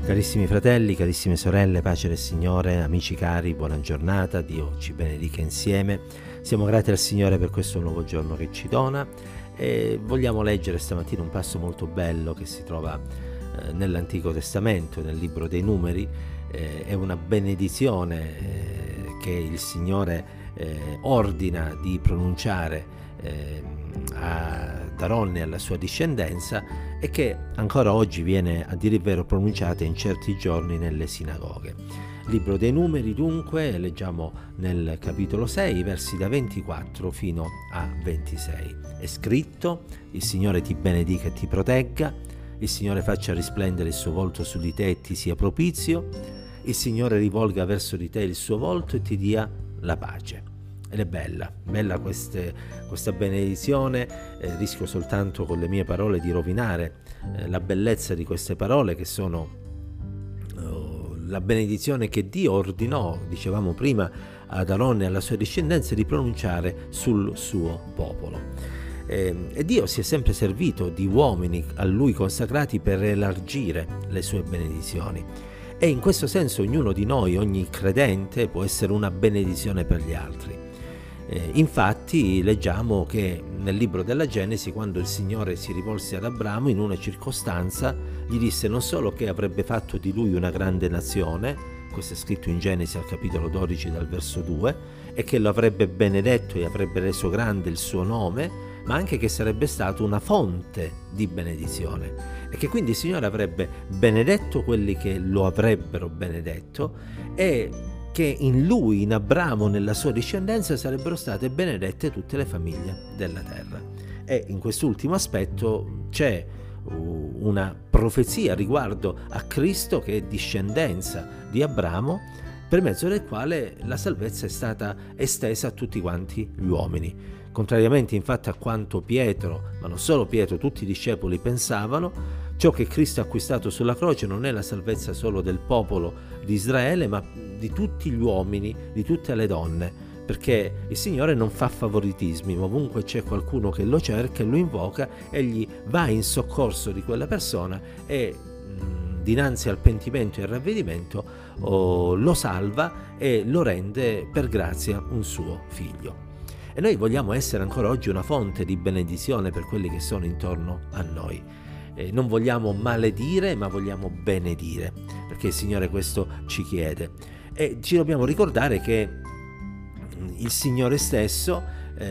Carissimi fratelli, carissime sorelle, pace del Signore, amici cari, buona giornata, Dio ci benedica insieme. Siamo grati al Signore per questo nuovo giorno che ci dona e vogliamo leggere stamattina un passo molto bello che si trova nell'Antico Testamento, nel libro dei Numeri. È una benedizione che il Signore ordina di pronunciare ad Aronne e alla sua discendenza e che ancora oggi viene, a dire il vero, pronunciata in certi giorni nelle sinagoghe. Libro dei Numeri, dunque, leggiamo nel capitolo 6, versi da 24 fino a 26. È scritto: il Signore ti benedica e ti protegga, il Signore faccia risplendere il suo volto su di te e ti sia propizio, il Signore rivolga verso di te il suo volto e ti dia la pace. Ed è bella questa benedizione. Rischio soltanto con le mie parole di rovinare la bellezza di queste parole, che sono la benedizione che Dio ordinò, dicevamo prima, ad Aronne e alla sua discendenza di pronunciare sul suo popolo. E Dio si è sempre servito di uomini a Lui consacrati per elargire le sue benedizioni. E in questo senso ognuno di noi, ogni credente, può essere una benedizione per gli altri. Infatti leggiamo che nel libro della Genesi, quando il Signore si rivolse ad Abramo, in una circostanza gli disse non solo che avrebbe fatto di lui una grande nazione, questo è scritto in Genesi al capitolo 12 dal verso 2, e che lo avrebbe benedetto e avrebbe reso grande il suo nome, ma anche che sarebbe stato una fonte di benedizione e che quindi il Signore avrebbe benedetto quelli che lo avrebbero benedetto e che in lui, in Abramo, nella sua discendenza sarebbero state benedette tutte le famiglie della terra. E in quest'ultimo aspetto c'è una profezia riguardo a Cristo, che è discendenza di Abramo, per mezzo del quale la salvezza è stata estesa a tutti quanti gli uomini. Contrariamente infatti a quanto Pietro, ma non solo Pietro, tutti i discepoli pensavano, ciò che Cristo ha acquistato sulla croce non è la salvezza solo del popolo di Israele, ma di tutti gli uomini, di tutte le donne, perché il Signore non fa favoritismi, ma ovunque c'è qualcuno che lo cerca e lo invoca, egli va in soccorso di quella persona e dinanzi al pentimento e al ravvedimento lo salva e lo rende per grazia un suo figlio. E noi vogliamo essere ancora oggi una fonte di benedizione per quelli che sono intorno a noi. Non vogliamo maledire, ma vogliamo benedire, perché il Signore questo ci chiede. E ci dobbiamo ricordare che il Signore stesso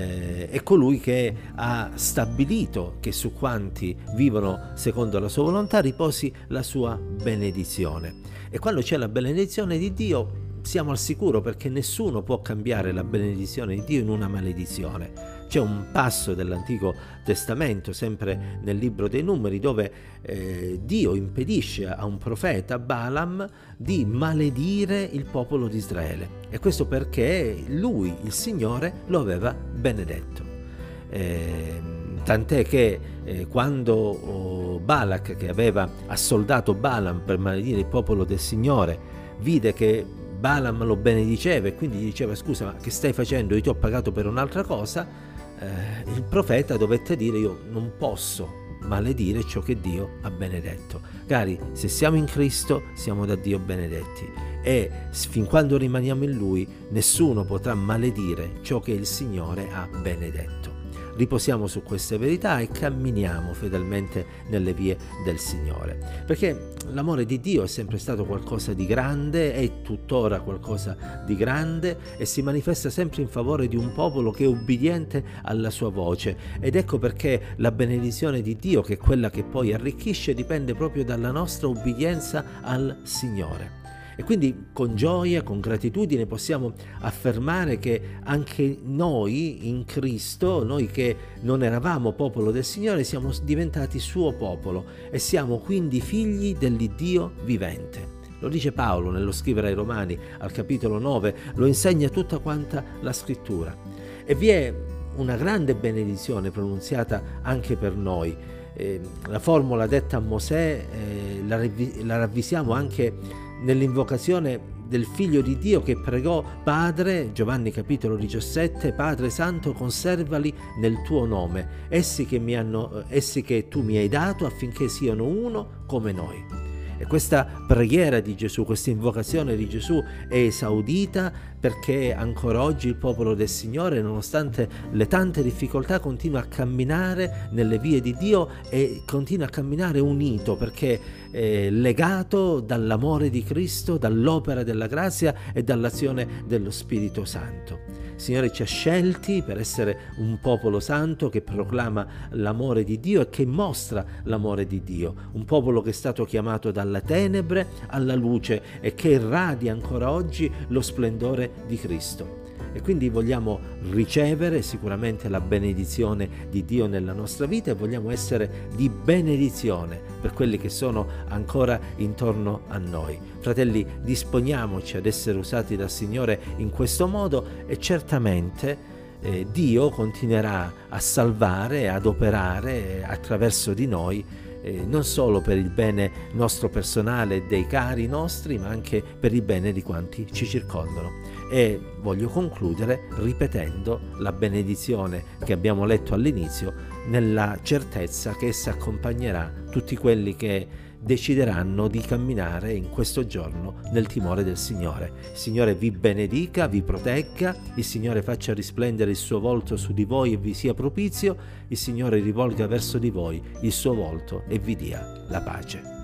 è colui che ha stabilito che su quanti vivono secondo la sua volontà riposi la sua benedizione. E quando c'è la benedizione di Dio siamo al sicuro, perché nessuno può cambiare la benedizione di Dio in una maledizione. C'è un passo dell'Antico Testamento, sempre nel libro dei Numeri, dove Dio impedisce a un profeta, Balaam, di maledire il popolo di Israele. E questo perché lui, il Signore, lo aveva benedetto. Tant'è che quando Balak, che aveva assoldato Balaam per maledire il popolo del Signore, vide che Balaam lo benediceva e quindi gli diceva: scusa, ma che stai facendo? Io ti ho pagato per un'altra cosa. Il profeta dovette dire: io non posso maledire ciò che Dio ha benedetto. Cari, se siamo in Cristo siamo da Dio benedetti e fin quando rimaniamo in Lui nessuno potrà maledire ciò che il Signore ha benedetto. Riposiamo su queste verità e camminiamo fedelmente nelle vie del Signore, perché l'amore di Dio è sempre stato qualcosa di grande, è tuttora qualcosa di grande e si manifesta sempre in favore di un popolo che è ubbidiente alla sua voce. Ed ecco perché la benedizione di Dio, che è quella che poi arricchisce, dipende proprio dalla nostra ubbidienza al Signore. E quindi con gioia, con gratitudine possiamo affermare che anche noi in Cristo, noi che non eravamo popolo del Signore, siamo diventati suo popolo e siamo quindi figli dell'Iddio vivente. Lo dice Paolo nello scrivere ai Romani al capitolo 9, lo insegna tutta quanta la scrittura. E vi è una grande benedizione pronunziata anche per noi. La formula detta a Mosè la ravvisiamo anche nell'invocazione del Figlio di Dio che pregò: Padre, Giovanni capitolo 17, Padre Santo, conservali nel tuo nome, essi che tu mi hai dato, affinché siano uno come noi. E questa preghiera di Gesù, questa invocazione di Gesù è esaudita perché ancora oggi il popolo del Signore, nonostante le tante difficoltà, continua a camminare nelle vie di Dio e continua a camminare unito, perché è legato dall'amore di Cristo, dall'opera della grazia e dall'azione dello Spirito Santo. Il Signore ci ha scelti per essere un popolo santo che proclama l'amore di Dio e che mostra l'amore di Dio, un popolo che è stato chiamato dalle tenebre alla luce e che irradia ancora oggi lo splendore di Cristo. E quindi vogliamo ricevere sicuramente la benedizione di Dio nella nostra vita e vogliamo essere di benedizione per quelli che sono ancora intorno a noi. Fratelli, disponiamoci ad essere usati dal Signore in questo modo e certamente Dio continuerà a salvare e ad operare attraverso di noi, non solo per il bene nostro personale e dei cari nostri, ma anche per il bene di quanti ci circondano. E voglio concludere ripetendo la benedizione che abbiamo letto all'inizio, nella certezza che essa accompagnerà tutti quelli che decideranno di camminare in questo giorno nel timore del Signore. Il Signore vi benedica, vi protegga, il Signore faccia risplendere il suo volto su di voi e vi sia propizio, il Signore rivolga verso di voi il suo volto e vi dia la pace.